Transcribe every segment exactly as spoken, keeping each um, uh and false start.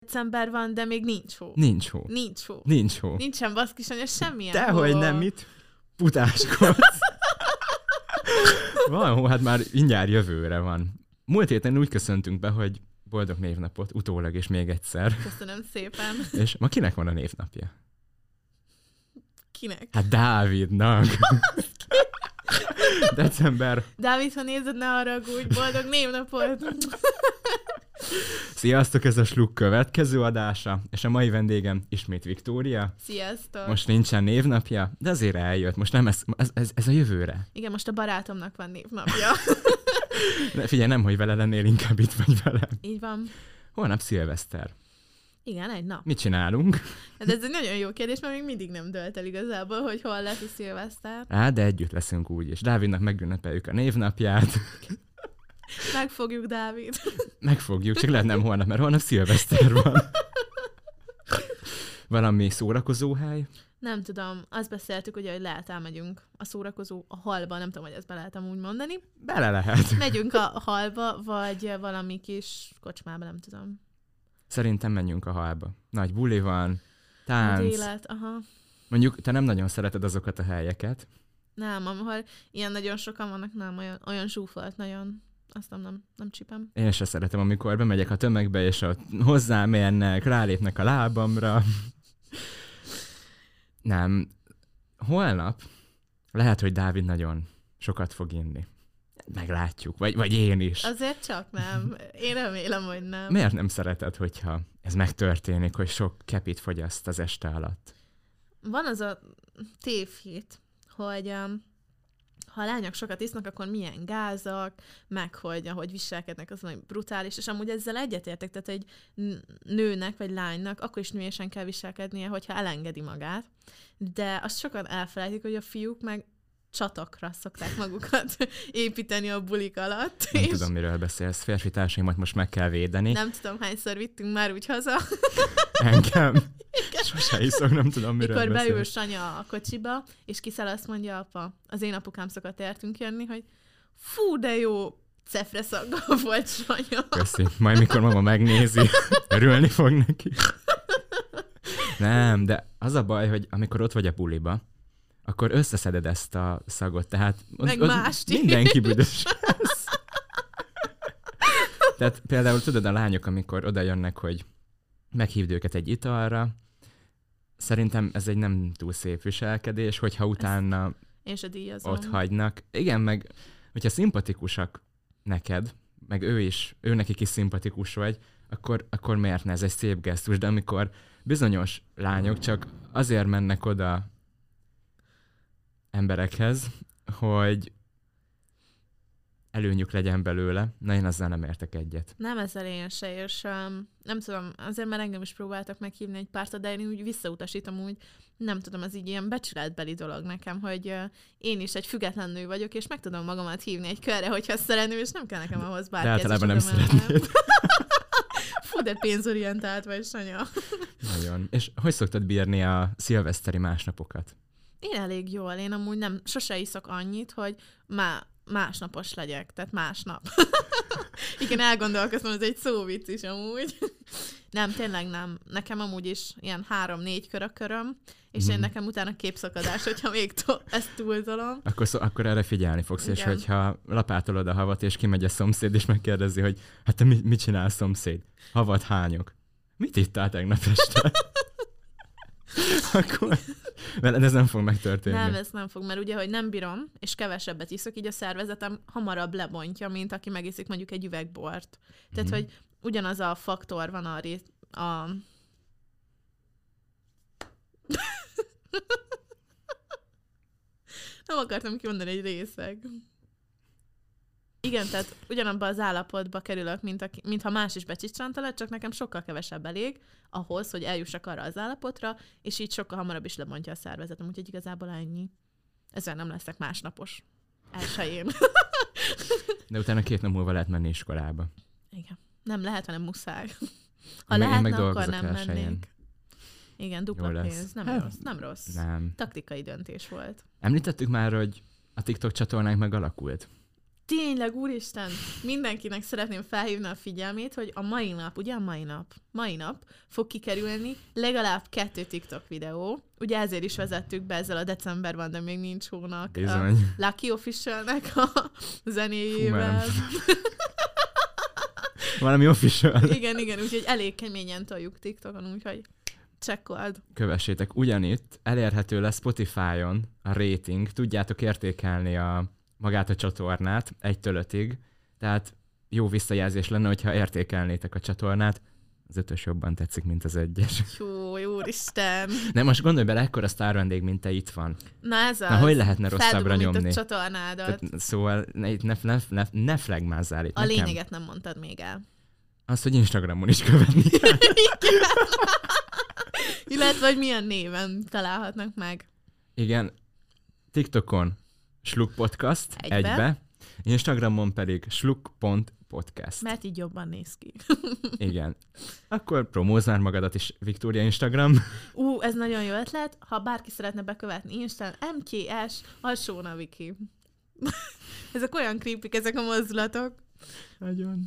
December van, de még nincs hó. Nincs hó. Nincs hó. Nincs hó. Nincsen baszkisanya semmilyen Dehogy hó. nem, mit putáskodsz. Van hó, hát már mindjárt jövőre van. Múlt héten úgy köszöntünk be, hogy boldog névnapot, utólag és még egyszer. Köszönöm szépen. És ma kinek van a névnapja? Kinek? Hát Dávidnak. December. Dávid, ha nézed, ne haragudj, boldog névnapot. Sziasztok, ez a Sluk következő adása, és a mai vendégem ismét Viktória. Sziasztok. Most nincsen névnapja, de azért eljött. Most nem ez, ez, ez, ez a jövőre. Igen, most a barátomnak van névnapja. De figyelj, nem, hogy vele lennél, inkább itt vagy velem. Így van. Holnap szilveszter. Igen, egy nap. Mit csinálunk? Hát ez egy nagyon jó kérdés, mert még mindig nem dölt el igazából, hogy hol lesz a szilveszter. Á, de együtt leszünk úgy, és Dávidnak megünnepeljük a névnapját. Megfogjuk, Dávid. Megfogjuk, csak lehet nem holnap, mert holnap szilveszter van. Valami szórakozó hely? Nem tudom, azt beszéltük, ugye, hogy lehet elmegyünk a szórakozó a halba, nem tudom, hogy ezt be lehet amúgy mondani. Bele lehet. Megyünk a halba, vagy valami kis kocsmába, nem tudom. Szerintem menjünk a halba. Nagy buli van, tánc. Az élet, aha. Mondjuk te nem nagyon szereted azokat a helyeket. Nem, ahol ilyen nagyon sokan vannak, nem, olyan, olyan zsúfolt, nagyon, azt nem, nem, nem csipem. Én se szeretem, amikor bemegyek a tömegbe, és ott hozzám érnek, rálépnek a lábamra. Nem. Holnap lehet, hogy Dávid nagyon sokat fog inni. Meglátjuk. Vagy, vagy én is. Azért csak nem. Én remélem, hogy nem. Miért nem szereted, hogyha ez megtörténik, hogy sok kepit fogyaszt az este alatt? Van az a tévhit, hogy um, ha a lányok sokat isznak, akkor milyen gázak, meg hogy ahogy viselkednek, az nagyon brutális, és amúgy ezzel egyetértek, tehát egy nőnek vagy lánynak akkor is nőiesen kell viselkednie, hogyha elengedi magát, de azt sokan elfelejtik, hogy a fiúk meg csatakra szokták magukat építeni a bulik alatt. Nem és tudom, miről beszélsz. Férfi társaimat most meg kell védeni. nem tudom, hányszor vittünk már úgy haza. Engem? Sose iszok, nem tudom, miről Mikor beszélsz. beül Sanya a kocsiba, és kiszáll, azt mondja apa, az én apukám szokott értünk jönni, hogy fú, de jó cefre szaggal volt Sanya. Köszi. Majd mikor mama megnézi, örülni fog neki. Nem, de az a baj, hogy amikor ott vagy a buliba, akkor összeszeded ezt a szagot, tehát Meg ott, mást ott mindenki büdös lesz. Tehát például tudod, a lányok, amikor oda jönnek, hogy meghívd őket egy italra, szerintem ez egy nem túl szép viselkedés, hogyha utána Én se díjazom. ott hagynak. Igen, meg hogyha szimpatikusak neked, meg ő is, ő nekik is szimpatikus vagy, akkor, akkor miért ne? Ez egy szép gesztus, de amikor bizonyos lányok csak azért mennek oda emberekhez, hogy előnyük legyen belőle, na én azzal nem értek egyet. Nem ezzel én se, és um, nem tudom, azért már engem is próbáltak meghívni egy pártot, de én úgy visszautasítom úgy, nem tudom, ez így ilyen becsületbeli dolog nekem, hogy uh, én is egy független nő vagyok, és meg tudom magamat hívni egy körre, hogyha szeretném, és nem kell nekem ahhoz bárki. De általában nem szeretnéd. Fú, de pénzorientált vagy, Sanya. Nagyon. És hogy szoktad bírni a szilveszteri másnapokat? Én elég jól, én amúgy nem, sose iszok annyit, hogy má, másnapos legyek, tehát másnap. Igen, elgondolkoztam, ez egy szóvic is amúgy. Nem, tényleg nem. Nekem amúgy is ilyen három-négy kör a köröm, és én nekem utána képszakadás, hogyha még to- ezt túlzolom. Akkor, szó, akkor erre figyelni fogsz, Igen. és hogyha lapátolod a havat, és kimegy a szomszéd, és megkérdezi, hogy hát te mit, mit csinálsz, szomszéd? Havat hányok? Mit ittál tegnap este? Akkor veled ez nem fog megtörténni. Nem, ez nem fog, mert ugye, hogy nem bírom, és kevesebbet iszok, így a szervezetem hamarabb lebontja, mint aki megiszik mondjuk egy üveg bort. Tehát, Mhm. hogy ugyanaz a faktor van a rét, a... Nem akartam kimondani egy részeg. Igen, tehát ugyanabban az állapotba kerülök, mint, aki, mintha más is becsicsantala, csak nekem sokkal kevesebb elég ahhoz, hogy eljussak arra az állapotra, és így sokkal hamarabb is lebontja a szervezetem, úgyhogy igazából ennyi. Ezzel nem leszek másnapos. Elsőjén. De utána két nap múlva lehet menni iskolába. Igen. Nem lehet, hanem muszáj. Ha Én meg- én meg lehetne, akkor dolgozok nem elsőjén. mennék. Igen, dupla Jó lesz. pénz. Nem Hát, rossz, nem rossz. Nem. Taktikai döntés volt. Említettük már, hogy a TikTok csatornánk megalakult. tényleg, úristen, mindenkinek szeretném felhívni a figyelmét, hogy a mai nap, ugye a mai nap, mai nap fog kikerülni legalább kettő TikTok videó. Ugye ezért is vezettük be ezzel a december van, de még nincs hónak. Bizony. A Lucky Official-nek a zenéjével. Valami official. Igen, igen, úgyhogy elég keményen toljuk TikTokon, úgyhogy csekkold. Kövessétek. Ugyanitt elérhető lesz Spotify-on a rating. Tudjátok értékelni a, magát a csatornát egytől ötig. Tehát jó visszajelzés lenne, hogyha értékelnétek a csatornát. Az ötös jobban tetszik, mint az egyes. Jó, úristen. Nem, most gondolj bele, ekkora sztár vendég, mint te itt van. Na ez az. Na, hogy lehetne rosszabbra nyomni? Feldobom itt a csatornádat. Tehát, szóval ne, ne, ne, ne, ne flagmázzál itt A nekem. lényeget nem mondtad még el. Azt, hogy Instagramon is követni kell. Illetve, hogy milyen néven találhatnak meg. Igen. TikTokon Sluk Podcast Egybe. egybe. Instagramon pedig sluk pont podcast. Mert így jobban néz ki. Igen. Akkor promózz már magadat is, Viktória Instagram. Ú, ez nagyon jó ötlet. Ha bárki szeretne bekövetni Instán, em ká es alsó Viki. Ezek olyan creepy, ezek a mozdulatok. Nagyon.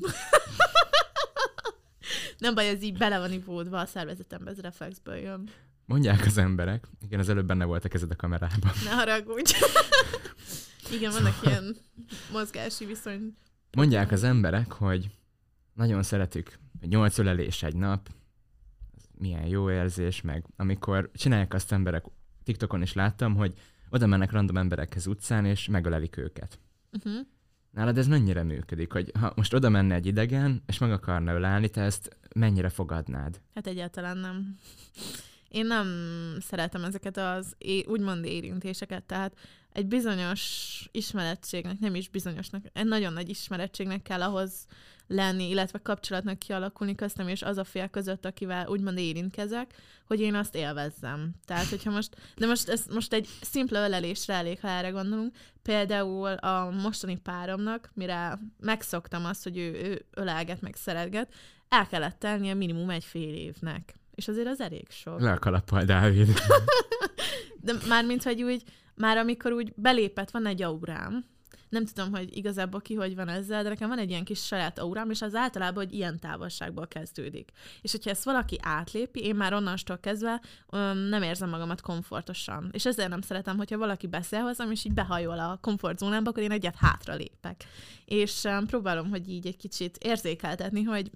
Nem baj, ez így bele van ivódva a szervezetembe, ez reflexből jön. Mondják az emberek. Igen, az előbb benne volt a kezed a kamerában. Ne haragudj. Igen, vannak szóval... ilyen mozgási viszony. Mondják az emberek, hogy nagyon szeretik, hogy nyolc ölelés egy nap, milyen jó érzés, meg amikor csinálják azt emberek, TikTokon is láttam, hogy oda mennek random emberekhez utcán, és megölelik őket. Uh-huh. Nálad ez mennyire működik, hogy ha most oda menne egy idegen, és meg akarna ölelni, te ezt mennyire fogadnád? Hát egyáltalán nem. Én nem szeretem ezeket az é- úgymond érintéseket, tehát egy bizonyos ismerettségnek, nem is bizonyosnak, egy nagyon nagy ismerettségnek kell ahhoz lenni, illetve kapcsolatnak kialakulni köztem, és az a fél között, akivel úgymond érintkezek, hogy én azt élvezzem. Tehát, hogyha most, de most, ez, most egy szimpla ölelésre elég, ha erre gondolunk. Például a mostani páromnak, mire megszoktam azt, hogy ő, ő ölelget, meg szeretget, el kellett telnie minimum egy fél évnek. És azért az elég sok. Le a kalappal, Dávid. De mármint, hogy úgy, már amikor úgy belépett, van egy aurám, nem tudom, hogy igazából ki hogy van ezzel, de nekem van egy ilyen kis saját aurám, és az általában, hogy ilyen távolságból kezdődik. És hogyha ezt valaki átlépi, én már onnantól kezdve um, nem érzem magamat komfortosan. És ezért nem szeretem, hogyha valaki beszél hozzám, és így behajol a komfortzónámba, akkor én egyet hátra lépek. És um, próbálom, hogy így egy kicsit érzékeltetni, hogy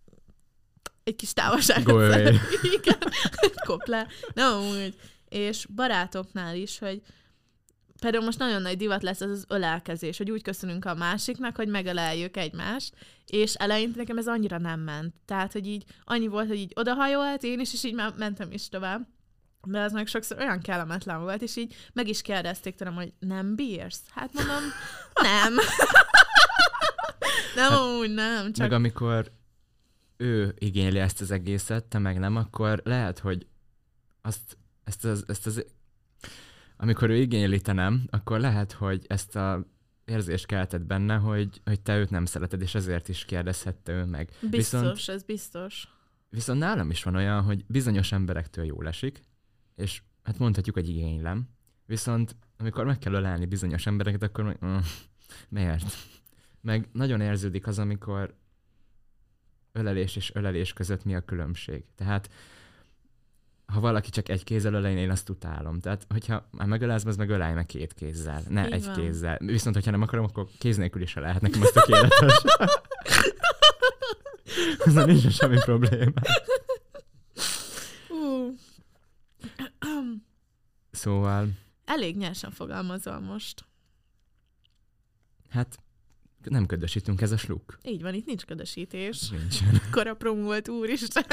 egy kis távolságot szeretnék. Igen, kop le. Nem úgy. És barátoknál is, hogy például most nagyon nagy divat lesz az az ölelkezés, hogy úgy köszönünk a másiknak, hogy megöleljük egymást, és eleinte nekem ez annyira nem ment. Tehát, hogy így annyi volt, hogy így odahajolt én is, és így már mentem is tovább. De az meg sokszor olyan kellemetlen volt, és így meg is kérdezték tőlem, hogy nem bírsz? Hát mondom, nem. Nem, hát, úgy nem. Csak... Meg amikor ő igényli ezt az egészet, te meg nem, akkor lehet, hogy azt, ezt az, ezt az amikor ő igényli, te nem, akkor lehet, hogy ezt a érzést keltett benne, hogy, hogy te őt nem szereted, és ezért is kérdezhette ő meg. Biztos, viszont, ez biztos. Viszont nálam is van olyan, hogy bizonyos emberektől jól esik, és hát mondhatjuk, hogy igénylem, viszont amikor meg kell ölelni bizonyos embereket, akkor meg, uh, miért? Meg nagyon érződik az, amikor ölelés és ölelés között mi a különbség. Tehát ha valaki csak egy kézzel ölel, én azt utálom. Tehát, hogyha már megölelsz, az meg ölelj meg két kézzel, ne így egy van. Kézzel. Viszont, hogyha nem akarom, akkor kéz nélkül is lehet nekem azt tökéletes. Azon nincs semmi probléma. Uh. Szóval... Elég nyersen fogalmazol most. Hát, nem ködösítünk, ez a sluk. Így van, itt nincs ködösítés. Nincsen. Koraprom volt, úristen.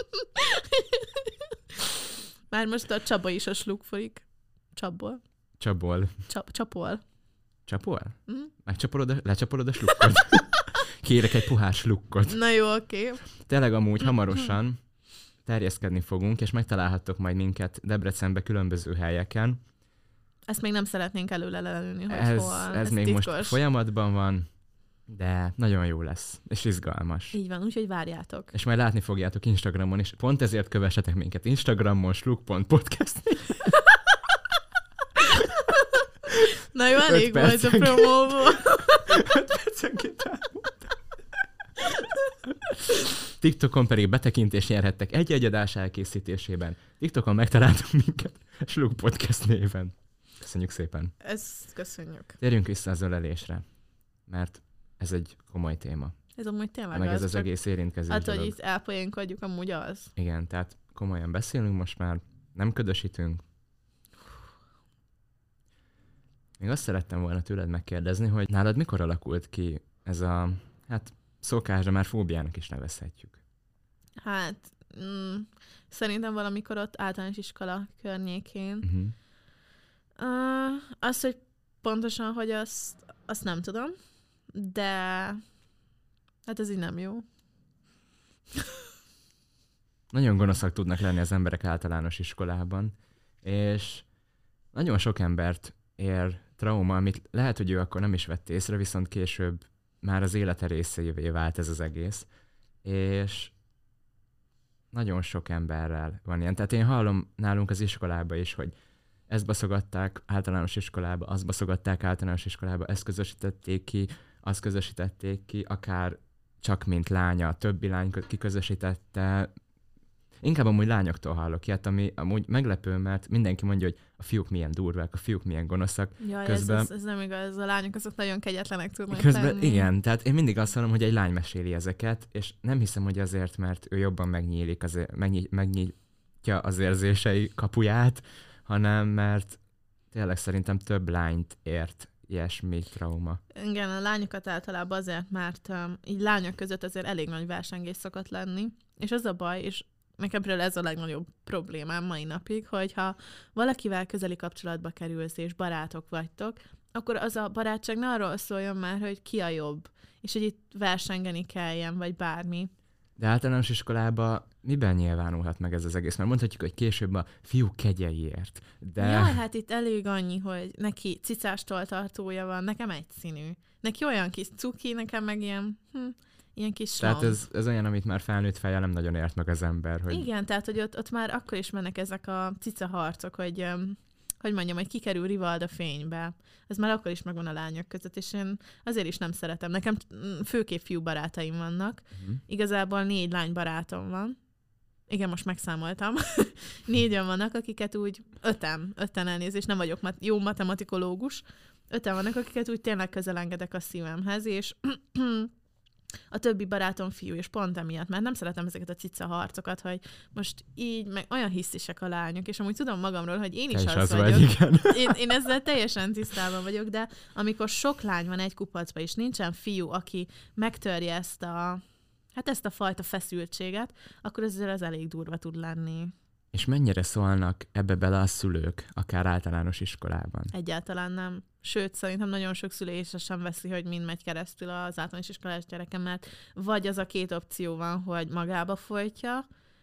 Már most a Csaba is a sluk folyik. Csabból. Csabból. Csap, csapol. Csapol? Mm. Megcsapolod a, lecsapolod a slukkot? Kérek egy puhás slukkot. Na jó, oké. Okay. Tényleg amúgy hamarosan terjeszkedni fogunk, és megtalálhattok majd minket Debrecenbe különböző helyeken. Ezt még nem szeretnénk előle lelőni, hogy ez, hol. Ez, ez még titkos. Most folyamatban van, de nagyon jó lesz, és izgalmas. Így van, úgyhogy várjátok. És majd látni fogjátok Instagramon is. Pont ezért kövessetek minket Instagramon, sluk pont podcast. Na jó, elég volt a promóból. öt percenként elmondtam. TikTokon pedig betekintést nyerhettek egy-egy adás elkészítésében. TikTokon megtaláltuk minket Slug Podcast néven. Köszönjük szépen. Ezt köszönjük. Térjünk vissza az ölelésre, mert ez egy komoly téma. Ez amúgy tényleg meg az, ez az csak egész érintkezés hát, dolog. hogy itt elpoénkodjuk, amúgy az. Igen, tehát komolyan beszélünk most már, nem ködösítünk. Még azt szerettem volna tőled megkérdezni, hogy nálad mikor alakult ki ez a, hát szokásra már fóbiának is nevezhetjük. Hát, mm, szerintem valamikor ott általános iskola környékén. Uh-huh. Uh, az, hogy pontosan, hogy azt, azt nem tudom, de hát ez így nem jó. Nagyon gonoszak tudnak lenni az emberek általános iskolában, és nagyon sok embert ér trauma, amit lehet, hogy ő akkor nem is vett észre, viszont később már az élete részévé vált ez az egész, és nagyon sok emberrel van ilyen. Tehát én hallom nálunk az iskolába is, hogy ezt baszogatták általános iskolába, azt baszogatták általános iskolába, ezt közösítették ki, azt közösítették ki, akár csak mint lánya, a többi lány kiközösítette. Inkább amúgy lányoktól hallok ilyet, ami amúgy meglepő, mert mindenki mondja, hogy a fiúk milyen durvák, a fiúk milyen gonoszak. Jaj, közben, ez, ez, ez nem igaz, a lányok azok nagyon kegyetlenek tudnak közben, lenni. igen, tehát én mindig azt hallom, hogy egy lány meséli ezeket, és nem hiszem, hogy azért, mert ő jobban megnyílik, azért, megnyí, megnyitja az érzései kapuját, hanem mert tényleg szerintem több lányt ért ilyesmi trauma. Igen, a lányokat általában azért, mert um, így lányok között azért elég nagy versengés szokott lenni, és az a baj, és nekem például ez a legnagyobb problémám mai napig, hogyha valakivel közeli kapcsolatba kerülsz, és barátok vagytok, akkor az a barátság ne arról szóljon már, hogy ki a jobb, és hogy itt versengeni kelljen, vagy bármi. De általános iskolában miben nyilvánulhat meg ez az egész? Mert mondhatjuk, hogy később a fiúk kegyeiért. De... Jaj, hát itt elég annyi, hogy neki cicástól tartója van, nekem egyszínű. Neki olyan kis cuki, nekem meg ilyen, hm, ilyen kis Tehát slom. ez, ez olyan, amit már felnőtt fejjel nem nagyon ért meg az ember. Hogy... Igen, tehát hogy ott, ott már akkor is mennek ezek a cica harcok, hogy, um, hogy mondjam, hogy kikerül Rivalda fénybe. Ez már akkor is megvan a lányok között, és én azért is nem szeretem. Nekem főképp fiú barátaim vannak. Uh-huh. Igazából négy lány barátom van. Igen, most megszámoltam. Négyen vannak, akiket úgy, öten, öten elnézést, nem vagyok mat- jó matematikológus. Öten vannak, akiket úgy tényleg közel engedek a szívemhez, és a többi barátom fiú, és pont emiatt, mert nem szeretem ezeket a cica harcokat, hogy most így, meg olyan hisztisek a lányok, és amúgy tudom magamról, hogy én is, is az, az vagyok. vagy, igen. Én, én ezzel teljesen tisztában vagyok, de amikor sok lány van egy kupacba, és nincsen fiú, aki megtörje ezt a, hát ezt a fajta feszültséget, akkor ezzel az elég durva tud lenni. És mennyire szólnak ebbe bele a szülők, akár általános iskolában? Egyáltalán nem. Sőt, szerintem nagyon sok szülő észre sem veszi, hogy mind megy keresztül az általános iskolás gyerekem, mert vagy az a két opció van, hogy magába folytja,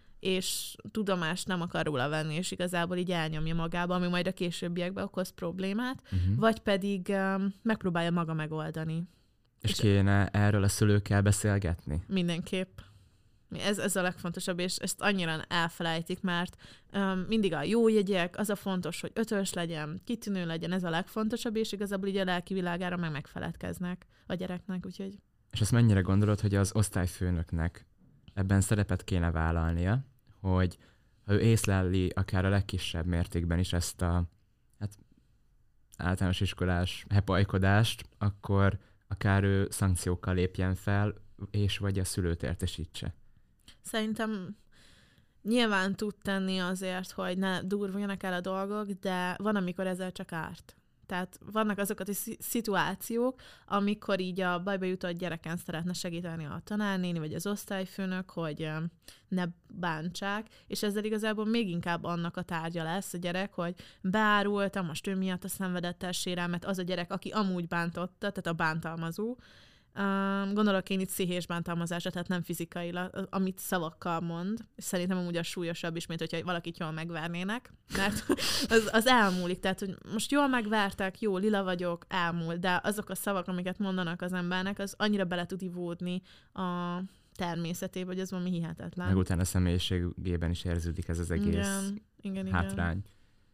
és tudomást nem akar róla venni, és igazából így elnyomja magába, ami majd a későbbiekben okoz problémát, uh-huh. vagy pedig um, megpróbálja maga megoldani. És, és kéne erről a szülőkkel beszélgetni? Mindenképp. Ez, ez a legfontosabb, és ezt annyira elfelejtik, mert um, mindig a jó jegyek, az a fontos, hogy ötös legyen, kitűnő legyen, ez a legfontosabb, és igazából így a lelki világára meg megfeledkeznek a gyereknek, úgyhogy... És azt mennyire gondolod, hogy az osztályfőnöknek ebben szerepet kéne vállalnia, hogy ha ő észleli akár a legkisebb mértékben is ezt a hát, általános iskolás hepajkodást, akkor akár ő szankciókkal lépjen fel, és vagy a szülőt értesítse. Szerintem nyilván tud tenni azért, hogy ne durvuljanak el a dolgok, de van, amikor ezzel csak árt. Tehát vannak azok a szituációk, amikor így a bajba jutott gyereken szeretne segíteni a tanárnéni, vagy az osztályfőnök, hogy ne bántsák, és ezzel igazából még inkább annak a tárgya lesz a gyerek, hogy beárultam, most ő miatt a szenvedett el sérelmet, az a gyerek, aki amúgy bántotta, tehát a bántalmazó. Um, gondolok én itt pszichés bántalmazásra, tehát nem fizikailag, amit szavakkal mond, és szerintem amúgy a súlyosabb is, mint hogyha valakit jól megvernének, mert az, az elmúlik, tehát hogy most jól megvertek, jó, lila vagyok, elmúl, de azok a szavak, amiket mondanak az embernek, az annyira bele tud ivódni a természetébe, hogy ez valami hihetetlen. Meg utána a személyiségében is érződik ez az egész igen, igen, hátrány. Igen.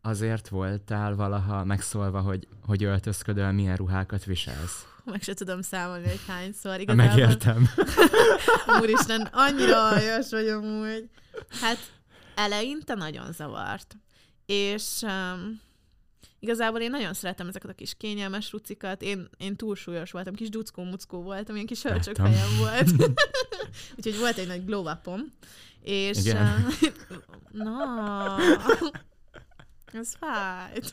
azért voltál valaha megszólva, hogy, hogy öltözködöl, milyen ruhákat viselsz? Meg se tudom számolni, hogy hányszor. Igazából... Megértem. Úristen, annyira aljas vagy amúgy. Hát eleinte nagyon zavart. És um, igazából én nagyon szeretem ezeket a kis kényelmes rucikat. Én, én túlsúlyos voltam, kis duckó-muckó voltam, ilyen kis hölcsök fejem volt. Úgyhogy volt egy nagy glow upom. És... Uh, na... Ez fájt.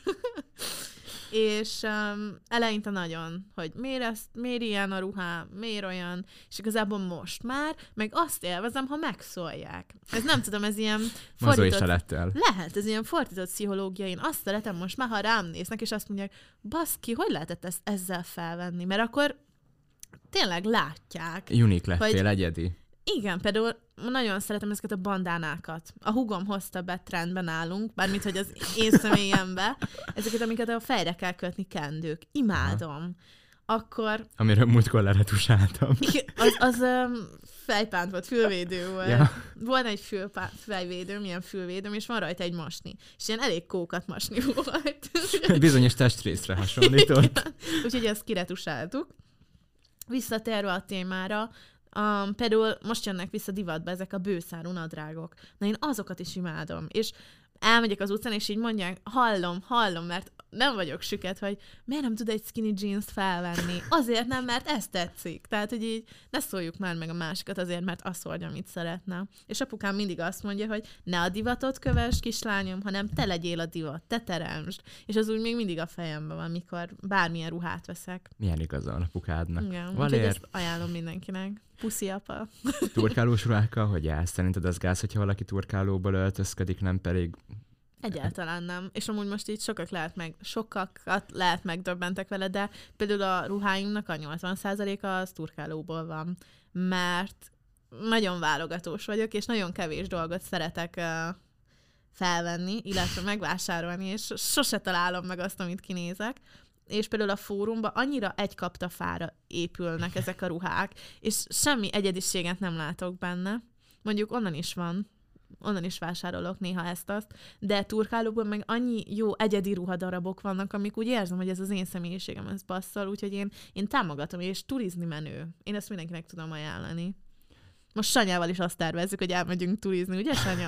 És um, eleinte nagyon, hogy miért, ezt, miért ilyen a ruhám, miért olyan, és igazából most már, meg azt élvezem, ha megszólják. Ez nem tudom, ez ilyen fordított... Lehet, ez ilyen fordított pszichológia. Én azt szeretem most már, ha rám néznek, és azt mondják, baszki, hogy lehetett ezt ezzel felvenni? Mert akkor tényleg látják. Unik lettél, hogy... egyedi. Igen, például nagyon szeretem ezeket a bandánákat. A húgom hozta be trendben nálunk, bármint, hogy az én személyembe, ezeket, amiket a fejre kell kötni kendők. Imádom. Aha. Akkor... Amiről múltkor leretusáltam. Az, az um, fejpánt volt, fülvédő volt. Ja. Volt egy fülpánt, fejvédőm, ilyen fülvédőm, és van rajta egy masni. És ilyen elég kókat masni volt. Bizonyos testrészre hasonlított. Úgyhogy ezt kiretusáltuk. Visszatérve a témára, Um, például most jönnek vissza divatba ezek a bőszárú nadrágok. Na én azokat is imádom. És elmegyek az utcán, és így mondják, hallom, hallom, mert nem vagyok süket, hogy miért nem tud egy skinny jeans felvenni. Azért nem, mert ez tetszik. Tehát, hogy így ne szóljuk már meg a másikat azért, mert azt hordja, amit szeretne. És apukám mindig azt mondja, hogy ne a divatot kövess, kislányom, hanem te legyél a divat, te teremtsd. És az úgy még mindig a fejemben van, mikor bármilyen ruhát veszek. Milyen igazán apukádnak. Igen, úgyhogy ezt ajánlom mindenkinek. Puszi apa. Turkálós ruhákkal, hogy jársz? Szerinted az gáz, hogyha valaki turkálóból öltözködik, nem pedig... Egyáltalán nem. És amúgy most így sokak lehet meg, sokakat lehet megdöbbentek vele, de például a ruháinknak a nyolcvan százaléka az turkálóból van. Mert nagyon válogatós vagyok, és nagyon kevés dolgot szeretek uh, felvenni, illetve megvásárolni, és sose találom meg azt, amit kinézek. És például a fórumban annyira egy kaptafára épülnek ezek a ruhák, és semmi egyediséget nem látok benne. Mondjuk onnan is van, onnan is vásárolok néha ezt-azt, de turkálóban meg annyi jó egyedi ruhadarabok vannak, amik úgy érzem, hogy ez az én személyiségem, ez basszal, úgyhogy én, én támogatom, és turizni menő. Én ezt mindenkinek tudom ajánlani. Most Sanyával is azt tervezzük, hogy elmegyünk turizni, ugye Sanya?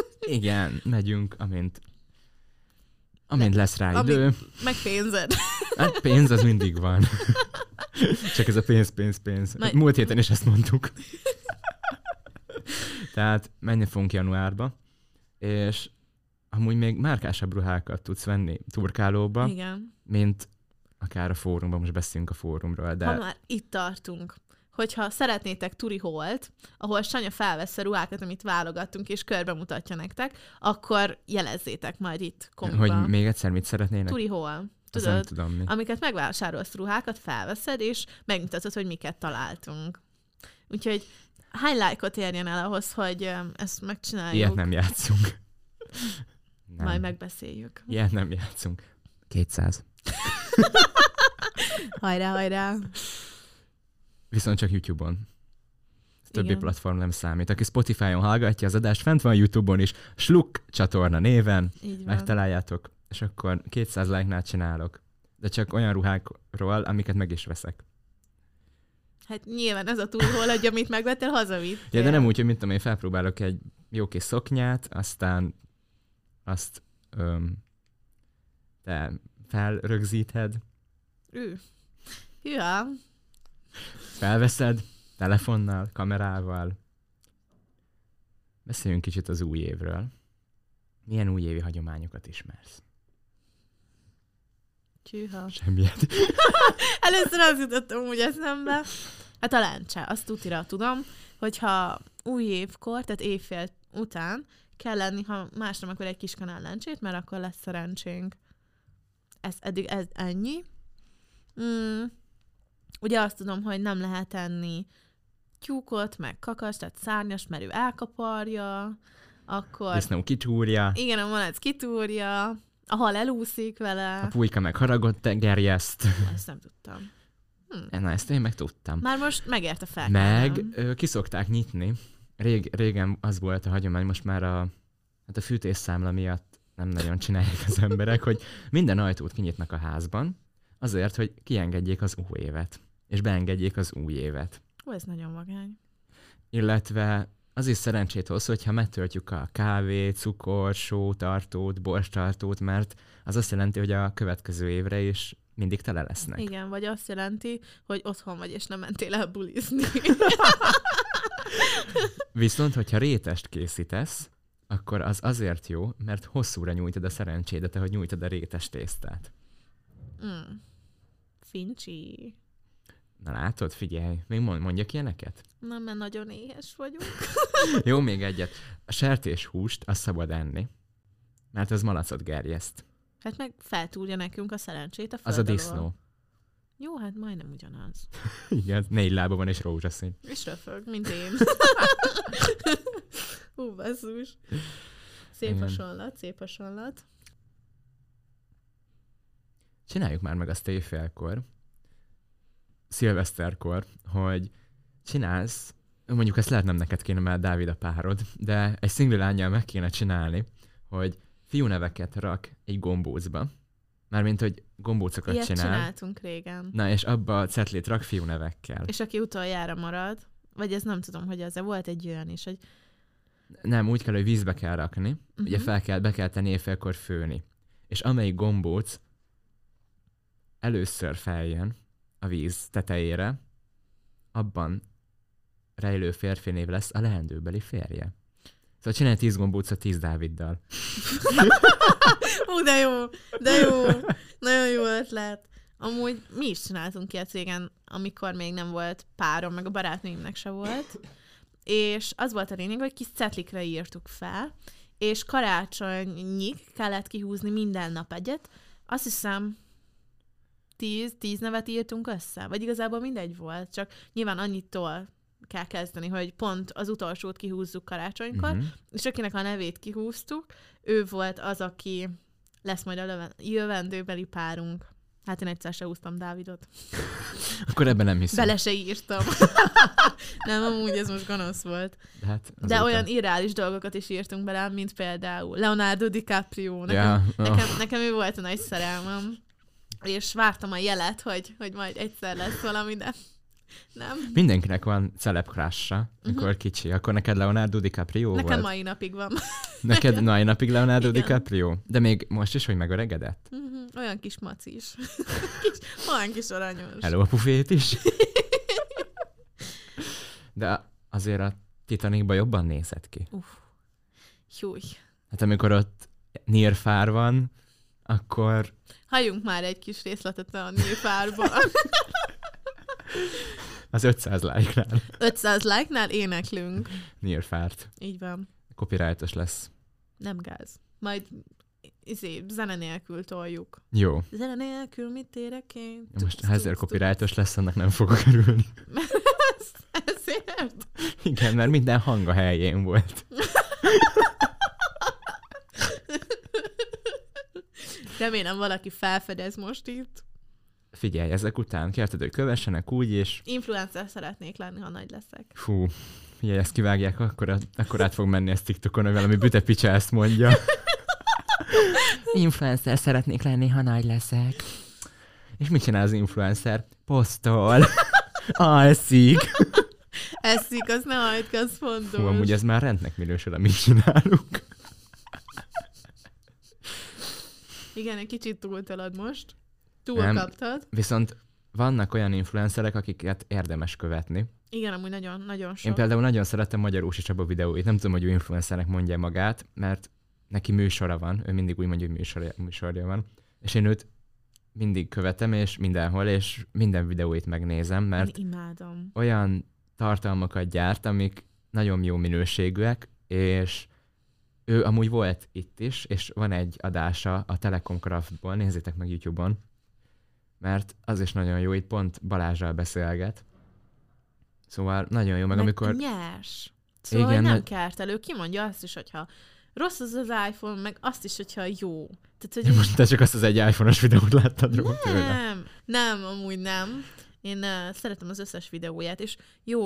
Igen, megyünk, amint Amint lesz rá idő. Amint, meg pénzed. Hát pénz az mindig van. Csak ez a pénz, pénz, pénz. Na, múlt héten is ezt mondtuk. Tehát menni fogunk januárba, és amúgy még márkásabb ruhákat tudsz venni turkálóba, igen, mint akár a fórumban, most beszélünk a fórumról. De... Ha már itt tartunk, hogyha szeretnétek turi holt, ahol Sanya felvesz a ruhákat, amit válogattunk, és körbe mutatja nektek, akkor jelezzétek majd itt komikban. Hogy még egyszer mit szeretnének? Turi hol. Tudod, nem tudom mi. Amiket megvásárolsz ruhákat, felveszed, és megmutatod, hogy miket találtunk. Úgyhogy hány lájkot érjen el ahhoz, hogy ezt megcsináljuk? Ilyet nem játszunk. Nem. Majd megbeszéljük. Ilyet nem játszunk. kétszáz. Hajrá, hajrá. Viszont csak YouTube-on. Többi igen, platform nem számít. Aki Spotify-on hallgatja az adást, fent van YouTube-on is, Sluk csatorna néven, megtaláljátok, és akkor kétszáz like-nál csinálok. De csak olyan ruhákról, amiket meg is veszek. Hát nyilván ez a túlhol, hogy amit megvettél, hazavitt. Ja, de nem úgy, hogy mit tudom, én felpróbálok egy jó kis szoknyát, aztán azt öm, te felrögzíted. Ő. Ja. Felveszed telefonnal, kamerával. Beszéljünk kicsit az új évről. Milyen újévi hagyományokat ismersz? Csűha. Semmiet. Először az jutottam úgy eszembe. Hát a lencse, azt tutira tudom, hogyha új évkor, tehát évfél után kell lenni, ha másnap akkor egy kis kanál lencsét, mert akkor lesz szerencsénk. Ez eddig ez ennyi. Mm. Ugye azt tudom, hogy nem lehet enni tyúkot, meg kakas, tehát szárnyas, mert ő elkaparja, akkor... Disznó kitúrja. Igen, a malac kitúrja, a hal elúszik vele. A pulyka meg haragot gerjeszt. Ezt nem tudtam. Hm. Na, ezt én meg tudtam. Már most megérte fel. Meg ö, ki szokták nyitni. Rég, régen az volt a hagyomány, most már a, hát a fűtésszámla miatt nem nagyon csinálják az emberek, hogy minden ajtót kinyitnak a házban, azért, hogy kiengedjék az új évet, és beengedjék az új évet. Ó, ez nagyon vagány. Illetve az is szerencsét hoz, hogyha megtöltjük a kávét, cukor, sótartót, borstartót, mert az azt jelenti, hogy a következő évre is mindig tele lesznek. Igen, vagy azt jelenti, hogy otthon vagy, és nem mentél el bulizni. Viszont, hogyha rétest készítesz, akkor az azért jó, mert hosszúra nyújtod a szerencsédet, ahogy nyújtod a rétes tésztát. Mm. Fincsi. Na látod, figyelj, még mondjak ilyeneket? Nem, mert nagyon éhes vagyok. Jó, még egyet. A sertéshúst azt szabad enni, mert az malacot gerjeszt. Hát meg feltúrja nekünk a szerencsét a föld Az a alól. disznó. Jó, hát majdnem ugyanaz. Igen, négy lába van és rózsaszín. És röfög, mint én. Hú, basszus. Szép Igen. hasonlat, szép hasonlat. Csináljuk már meg azt éjfélkor, szilveszterkor, hogy csinálsz, mondjuk ezt lehet nem neked kéne, mert Dávid a párod, de egy szingli lánnyal meg kéne csinálni, hogy fiúneveket rak egy gombócba. Mármint, hogy gombócokat Ilyet csinál. csináltunk régen. Na, és abba a cetlit rak fiúnevekkel. És aki utoljára marad, vagy ez nem tudom, hogy az-e, volt egy olyan is, hogy Nem, úgy kell, hogy vízbe kell rakni, uh-huh. ugye Mhm. fel kell, be kell tenni éjfélkor főni. És amelyik gombóc először feljön a víz tetejére, abban rejlő férfinév lesz a leendőbeli férje. Szóval csinálj tíz gombócot tíz Dáviddal. Ú, de jó, de jó. Nagyon jó ötlet. Amúgy mi is csináltunk ilyet régen, amikor még nem volt párom, meg a barátnőimnek se volt. És az volt a lényeg, hogy kis cetlikre írtuk fel, és karácsonyig kellett kihúzni minden nap egyet. Azt hiszem, tíz, tíz nevet írtunk össze, vagy igazából mindegy volt, csak nyilván annyitól kell kezdeni, hogy pont az utolsót kihúzzuk karácsonykor, Uh-huh. és akinek a nevét kihúztuk, ő volt az, aki lesz majd a löven- jövendőbeli párunk. Hát én egyszer se húztam Dávidot. Akkor ebben nem hiszem. Bele se írtam. Nem, amúgy ez most gonosz volt. De, hát De azóta... olyan irreális dolgokat is írtunk bele, mint például Leonardo DiCaprio. Nekem, Ja, oh. nekem, nekem ő volt a nagy szerelmem. És vártam a jelet, hogy, hogy majd egyszer lesz valami, de nem. Mindenkinek van celeb crush-a, mikor Mhm. kicsi. Akkor neked Leonardo DiCaprio Nekem volt? mai napig van. Neked mai napig Leonardo Igen. DiCaprio? De még most is, hogy megöregedett? Mhm, olyan kis maci is. kis, olyan kis aranyos. Hello, a pufét is? De azért a Titanicban jobban nézett ki. Uff. Júj. Hát amikor ott Nirfár van, akkor Halljunk már egy kis részletet a Nilfárban. az ötszáz like-nál ötszáz like-nál éneklünk. Nirfárt. Így van. Copyrightos lesz. Nem gáz. Majd izé, zene nélkül toljuk. Jó. Zene nélkül mit érek én? Most Tuc, ha ezért tuc, tuc. copyrightos lesz, annak nem fogok örülni. Ezért? Igen, mert minden hang a helyén volt. Remélem valaki felfedez most itt. Figyelj, ezek után kérted, hogy kövessenek úgy, és Influencer szeretnék lenni, ha nagy leszek. fú, figyelj, ezt kivágják, akkor, akkor át fog menni ezt TikTokon, hogy valami bütepicse ezt mondja. Influencer szeretnék lenni, ha nagy leszek. És mit csinál az influencer? Posztol. Alszik. Eszik, az ne hagyd, az fontos. Hú, amúgy ez már rendnek minősül, amit csinálunk. Igen, egy kicsit túltolod most. Túl Nem. kaptad. Viszont vannak olyan influencerek, akiket érdemes követni. Igen, amúgy nagyon, nagyon sok. Én például nagyon szeretem Magyar Ósi Csaba videóit. Nem tudom, hogy ő influencernek mondja magát, mert neki műsora van. Ő mindig úgy mondja, hogy műsorja, műsorja van. És én őt mindig követem, és mindenhol, és minden videóit megnézem, mert Én imádom. olyan tartalmakat gyárt, amik nagyon jó minőségűek, és ő amúgy volt itt is, és van egy adása a Telekom Craftból, nézzétek meg YouTube-on, mert az is nagyon jó, itt pont Balázsral beszélget. Szóval nagyon jó, meg, meg amikor... nyers. Szóval, Igen, hogy nem nagy- kert elő. Ki mondja azt is, hogyha rossz az az iPhone, meg azt is, hogyha jó. Tehát, hogy Most te csak azt az egy iPhone-os videót láttad róla tőle. nem, nem, amúgy nem. Én uh, szeretem az összes videóját, és jó,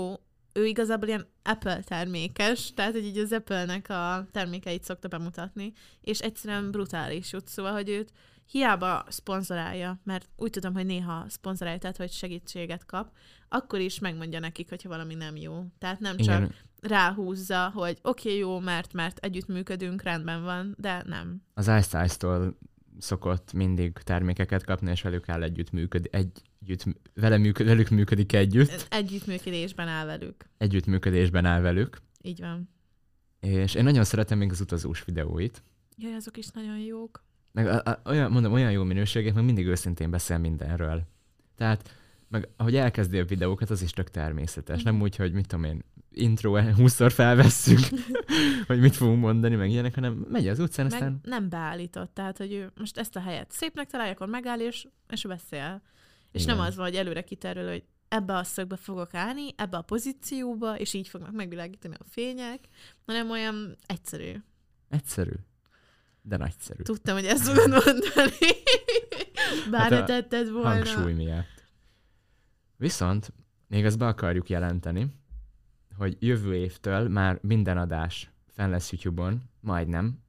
ő igazából ilyen Apple termékes, tehát hogy így az Apple-nek a termékeit szokta bemutatni, és egyszerűen brutális út, szóval, hogy őt hiába szponzorálja, mert úgy tudom, hogy néha szponzorálja, tehát hogy segítséget kap, akkor is megmondja nekik, hogyha valami nem jó. Tehát nem csak Igen. ráhúzza, hogy oké, okay, jó, mert, mert együttműködünk, rendben van, de nem. Az Ice Ice-tól szokott mindig termékeket kapni, és velük áll együtt működik, együtt, vele működ, velük működik együtt. Együttműködésben áll velük. Együttműködésben áll velük. Így van. És én nagyon szeretem még az utazós videóit. Jaj, azok is nagyon jók. Meg a, a, olyan, mondom, olyan jó minőségek, meg mindig őszintén beszél mindenről. Tehát, meg ahogy elkezdi a videókat, az is tök természetes. Mm. Nem úgy, hogy mit tudom én, intro húszszor felvesszük, hogy mit fogunk mondani, meg ilyenek, hanem megy az utcán, meg aztán... nem beállított, tehát, hogy ő most ezt a helyet szépnek találja, akkor megáll, és, és beszél. És Igen. nem az van, hogy előre kiterül, hogy ebbe a szögbe fogok állni, ebbe a pozícióba, és így fognak megvilágítani a fények, hanem olyan egyszerű. Egyszerű. De nagyszerű. Tudtam, hogy ezt fogod mondani. Bár hát ne tetted volna. Hangsúly miatt. Viszont még azt be akarjuk jelenteni, hogy jövő évtől már minden adás fenn lesz YouTube-on, majdnem,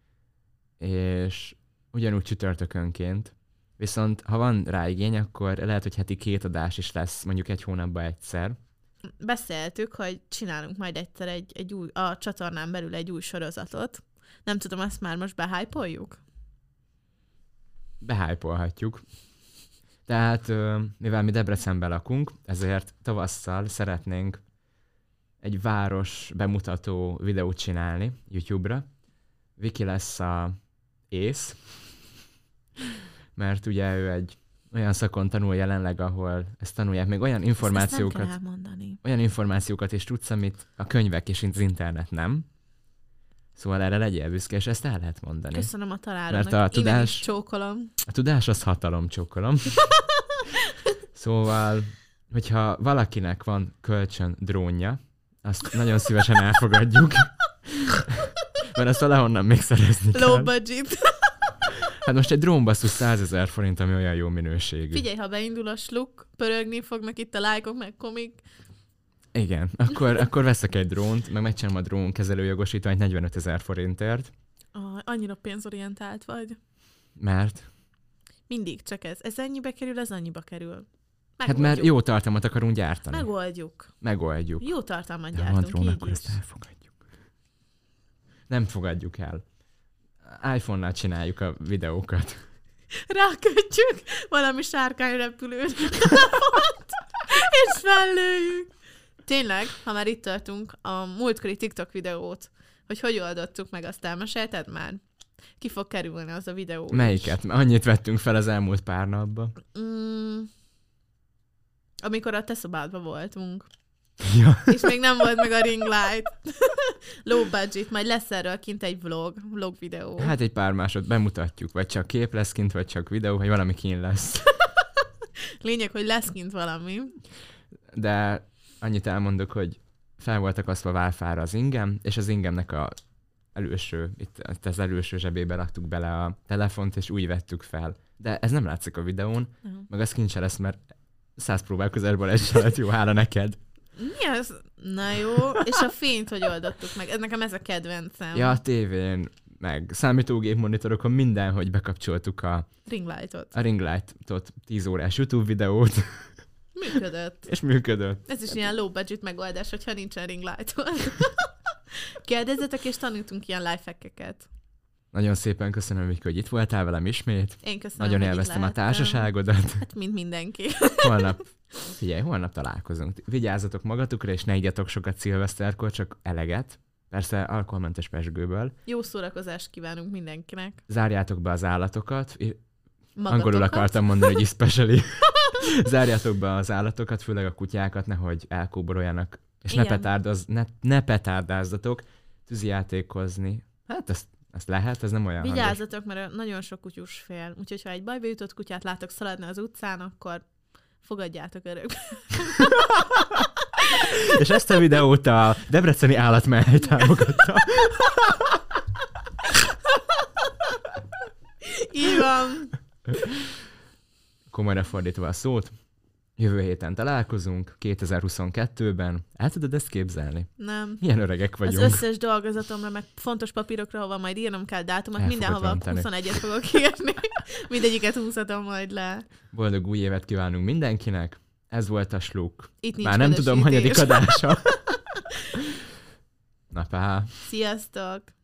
és ugyanúgy csütörtökönként. Viszont ha van rá igény, akkor lehet, hogy heti két adás is lesz, mondjuk egy hónapban egyszer. Beszéltük, hogy csinálunk majd egyszer egy, egy új, a csatornán belül egy új sorozatot. Nem tudom, azt már most behypoljuk? Behypolhatjuk. Tehát, mivel mi Debrecenben lakunk, ezért tavasszal szeretnénk egy város bemutató videót csinálni YouTube-ra. Viki lesz a ész, mert ugye ő egy olyan szakon tanul jelenleg, ahol ezt tanulják, még olyan információkat, ezt nem kell elmondani. Olyan információkat is tudsz, amit a könyvek és az internet nem. Szóval erre legyél büszke, és ezt el lehet mondani. Köszönöm a találónak. Mert a tudás, csókolom. A tudás az hatalom, csókolom. Szóval, hogyha valakinek van kölcsön drónja, azt nagyon szívesen elfogadjuk. Mert azt valahonnan még szerezni kell. Low budget. Hát most egy drón basszus százezer forint, ami olyan jó minőségű. Figyelj, ha beindul a sluk, pörögni fognak itt a lájkok, meg komik. Igen, akkor, akkor veszek egy drónt, meg megcsinálom a drón kezelőjogosítványt negyvenötezer forintért. Ah, annyira pénzorientált vagy. Mert? Mindig csak ez. Ez ennyibe kerül, ez annyiba kerül. Megoldjuk. Hát mert jó tartalmat akarunk gyártani. Megoldjuk. Megoldjuk. Jó tartalmat de gyártunk, drón, így akkor is. Ezt elfogadjuk. Nem fogadjuk el. iPhone-nal csináljuk a videókat. Rákötjük valami sárkányrepülőre. És fellőjük. Tényleg, ha már itt tartunk, a múltkori TikTok videót, hogy hogy oldottuk meg, azt elmesélted már? Ki fog kerülni az a videó? Melyiket? Annyit vettünk fel az elmúlt pár napban. Mm, amikor a te szobádban voltunk. Ja. És még nem volt meg a ring light. Low budget, majd lesz erről kint egy vlog, vlog videó. Hát egy pár másod bemutatjuk, vagy csak kép lesz kint, vagy csak videó, vagy valami kint lesz. Lényeg, hogy lesz kint valami. De annyit elmondok, hogy fel voltak osztva válfára az ingem, és az ingemnek a előső, itt az előső zsebébe raktuk bele a telefont, és úgy vettük fel. De ez nem látszik a videón, uh-huh. meg az kint se lesz, mert száz próbálkozásból ez se lett jó, hála neked. Mi az? Na jó, és a fényt hogy oldottuk meg? Ez nekem ez a kedvencem. Ja, a tévén, meg számítógép monitorokon mindenhogy bekapcsoltuk a ringlightot. A ringlightot, tíz órás YouTube videót. Működött. És működött. Ez is ilyen low budget megoldás, hogyha nincsen ringlightot. Kérdezzetek, és tanítunk ilyen lifehackeket. Nagyon szépen köszönöm, Viki, hogy itt voltál velem ismét. Én köszönöm, nagyon élveztem a társaságodat. Hát, mint mindenki. Holnap, figyelj, holnap találkozunk. Vigyázzatok magatokra, és ne igyatok sokat szilveszterkor, csak eleget. Persze alkoholmentes pezsgőből. Jó szórakozást kívánunk mindenkinek. Zárjátok be az állatokat. Magatokat? Angolul akartam mondani, hogy especially. Zárjátok be az állatokat, főleg a kutyákat, nehogy elkóboroljanak. És ne, petárdoz, ne, ne petárdázzatok. Tűzijátékozni. Hát ezt, ezt lehet, ez nem olyan Vigyázzatok, hangos. Mert nagyon sok kutyus fél. Úgyhogy ha egy bajba jutott kutyát látok szaladni az utcán, akkor fogadjátok örökbe. És ezt a videót a debreceni állatmenhely támogatta. Így van. Komolyra fordítva a szót, Jövő héten találkozunk, kétezer-huszonkettőben. El tudod ezt képzelni? Nem. Milyen öregek vagyunk. Az összes dolgozatomra, meg fontos papírokra, hova majd írnom kell dátumot, El mindenhova fogod rontani. huszonegyet fogok írni. Mindegyiket húzhatom majd le. Boldog új évet kívánunk mindenkinek. Ez volt a Sluk. Itt nincs Már nem tudom, közösítés. hanyadik adása. Na pá. Sziasztok!